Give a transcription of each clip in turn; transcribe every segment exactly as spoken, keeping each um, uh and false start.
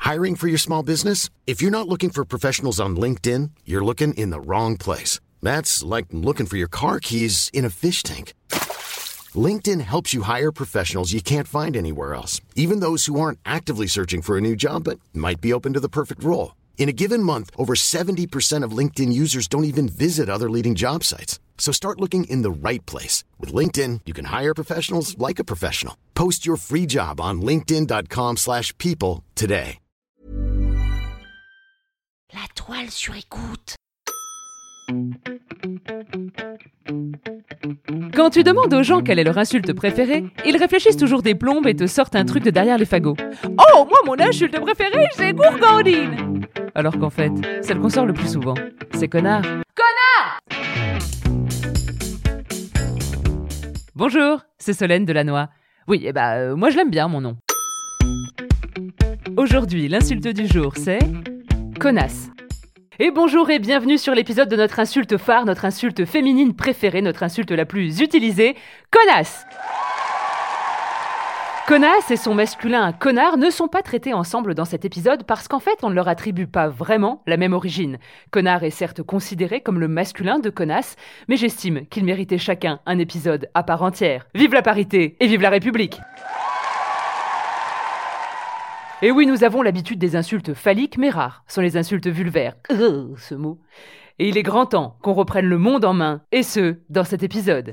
Hiring for your small business? If you're not looking for professionals on LinkedIn, you're looking in the wrong place. That's like looking for your car keys in a fish tank. LinkedIn helps you hire professionals you can't find anywhere else, even those who aren't actively searching for a new job but might be open to the perfect role. In a given month, over seventy percent of LinkedIn users don't even visit other leading job sites. So start looking in the right place. With LinkedIn, you can hire professionals like a professional. Post your free job on linkedin.com slash people today. La toile sur écoute. Quand tu demandes aux gens quelle est leur insulte préférée, ils réfléchissent toujours des plombes et te sortent un truc de derrière les fagots. Oh, moi mon insulte préférée, c'est gourgandine. Alors qu'en fait, celle qu'on sort le plus souvent, c'est connard. Connard! Bonjour, c'est Solène Delannoy. Oui, et bah, euh, moi je l'aime bien mon nom. Aujourd'hui, l'insulte du jour, c'est... connasse. Et bonjour et bienvenue sur l'épisode de notre insulte phare, notre insulte féminine préférée, notre insulte la plus utilisée, connasse. Connasse et son masculin connard ne sont pas traités ensemble dans cet épisode parce qu'en fait on ne leur attribue pas vraiment la même origine. Connard est certes considéré comme le masculin de connasse, mais j'estime qu'ils méritaient chacun un épisode à part entière. Vive la parité et vive la République! Et oui, nous avons l'habitude des insultes phalliques, mais rares sont les insultes vulvaires. Euh, ce mot. Et il est grand temps qu'on reprenne le monde en main, et ce, dans cet épisode.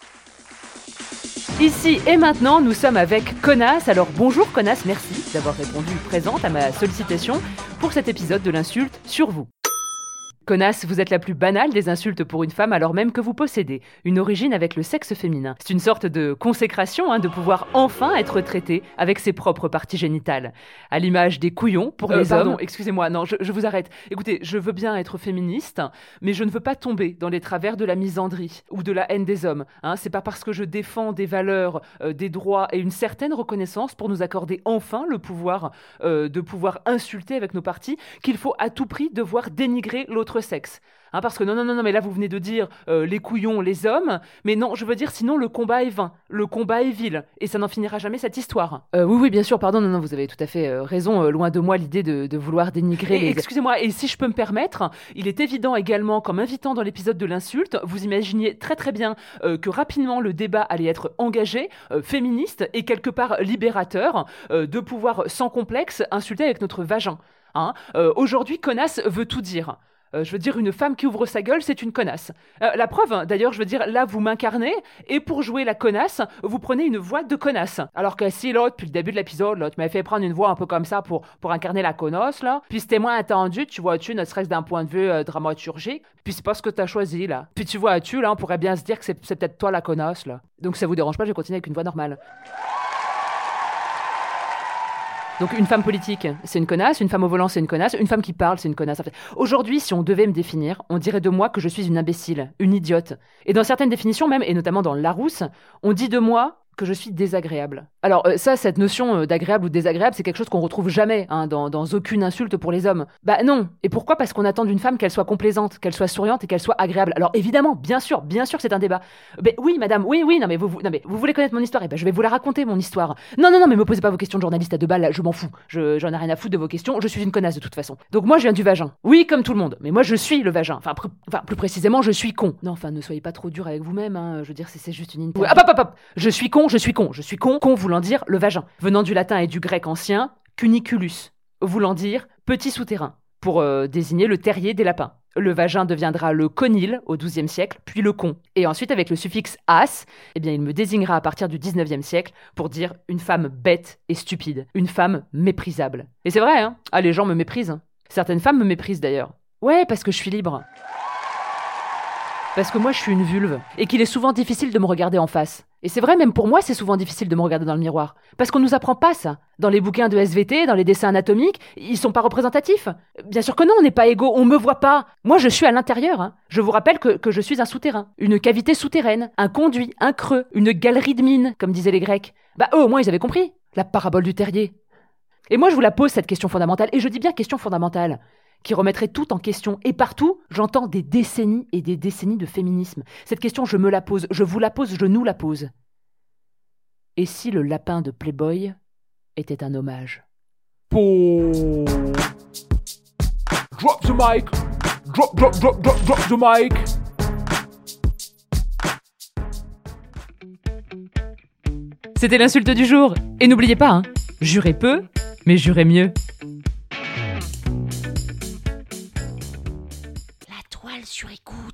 Ici et maintenant, nous sommes avec Connasse. Alors bonjour Connasse, merci d'avoir répondu présente à ma sollicitation pour cet épisode de l'insulte sur vous. Connasse, vous êtes la plus banale des insultes pour une femme alors même que vous possédez une origine avec le sexe féminin. C'est une sorte de consécration hein, de pouvoir enfin être traité avec ses propres parties génitales. À l'image des couillons pour euh, les pardon, hommes... Pardon, excusez-moi, non, je, je vous arrête. Écoutez, je veux bien être féministe, mais je ne veux pas tomber dans les travers de la misandrie ou de la haine des hommes. Hein. C'est pas parce que je défends des valeurs, euh, des droits et une certaine reconnaissance pour nous accorder enfin le pouvoir euh, de pouvoir insulter avec nos parties qu'il faut à tout prix devoir dénigrer l'autre sexe. Hein, parce que non, non, non, non, mais là vous venez de dire euh, les couillons, les hommes, mais non, je veux dire sinon le combat est vain, le combat est vil, et ça n'en finira jamais cette histoire. Euh, oui, oui, bien sûr, pardon, non, non, vous avez tout à fait euh, raison, euh, loin de moi l'idée de, de vouloir dénigrer et, les... Excusez-moi, et si je peux me permettre, il est évident également qu'en m'invitant dans l'épisode de l'insulte, vous imaginiez très très bien euh, que rapidement le débat allait être engagé, euh, féministe et quelque part libérateur, euh, de pouvoir sans complexe insulter avec notre vagin. Hein. Euh, aujourd'hui, connasse veut tout dire. Euh, je veux dire, une femme qui ouvre sa gueule, c'est une connasse. Euh, la preuve, d'ailleurs, je veux dire, là, vous m'incarnez, et pour jouer la connasse, vous prenez une voix de connasse. Alors que si, l'autre, depuis le début de l'épisode, l'autre m'avait fait prendre une voix un peu comme ça pour, pour incarner la connasse, là. Puis c'était moins attendu, tu vois-tu, ne serait-ce d'un point de vue euh, dramaturgique. Puis c'est pas ce que t'as choisi, là. Puis tu vois-tu, là, on pourrait bien se dire que c'est, c'est peut-être toi la connasse, là. Donc ça vous dérange pas, je vais continuer avec une voix normale. Donc une femme politique, c'est une connasse, une femme au volant, c'est une connasse, une femme qui parle, c'est une connasse. En fait, aujourd'hui, si on devait me définir, on dirait de moi que je suis une imbécile, une idiote. Et dans certaines définitions même, et notamment dans Larousse, on dit de moi que je suis désagréable. Alors euh, ça, cette notion euh, d'agréable ou désagréable, c'est quelque chose qu'on retrouve jamais hein, dans, dans aucune insulte pour les hommes. Bah non. Et pourquoi ? Parce qu'on attend d'une femme qu'elle soit complaisante, qu'elle soit souriante et qu'elle soit agréable. Alors évidemment, bien sûr, bien sûr que c'est un débat. Ben oui, madame, oui, oui, non mais vous, vous, non, mais vous voulez connaître mon histoire ? Eh ben je vais vous la raconter, mon histoire. Non, non, non, mais me posez pas vos questions de journaliste à deux balles, là, je m'en fous. Je, j'en ai rien à foutre de vos questions, je suis une connasse de toute façon. Donc moi, je viens du vagin. Oui, comme tout le monde, mais moi, je suis le vagin. Enfin, pr- enfin plus précisément, je suis con. Non, enfin, ne soyez pas trop dur avec vous-même, hein. Je veux dire, c'est, c'est juste une interview. Hop, hop, hop, hop. Je suis con, je suis con, je suis con, con voulant dire le vagin. Venant du latin et du grec ancien, cuniculus, voulant dire petit souterrain, pour euh, désigner le terrier des lapins. Le vagin deviendra le conil au douzième siècle, puis le con. Et ensuite, avec le suffixe as, eh bien, il me désignera à partir du dix-neuvième siècle pour dire une femme bête et stupide, une femme méprisable. Et c'est vrai, hein. Ah, les gens me méprisent. Certaines femmes me méprisent d'ailleurs. Ouais, parce que je suis libre. Parce que moi, je suis une vulve, et qu'il est souvent difficile de me regarder en face. Et c'est vrai, même pour moi, c'est souvent difficile de me regarder dans le miroir. Parce qu'on nous apprend pas ça. Dans les bouquins de S V T, dans les dessins anatomiques, ils sont pas représentatifs. Bien sûr que non, on n'est pas égaux, on me voit pas. Moi, je suis à l'intérieur. Hein. Je vous rappelle que, que je suis un souterrain. Une cavité souterraine, un conduit, un creux, une galerie de mines, comme disaient les Grecs. Bah eux, au moins, ils avaient compris. La parabole du terrier. Et moi, je vous la pose, cette question fondamentale. Et je dis bien question fondamentale. Qui remettrait tout en question. Et partout, j'entends des décennies et des décennies de féminisme. Cette question, je me la pose, je vous la pose, je nous la pose. Et si le lapin de Playboy était un hommage ? Pouh. mic. Drop, drop, drop, drop, drop the mic. C'était l'insulte du jour. Et n'oubliez pas, hein, jurez peu, mais jurez mieux. La toile sur écoute.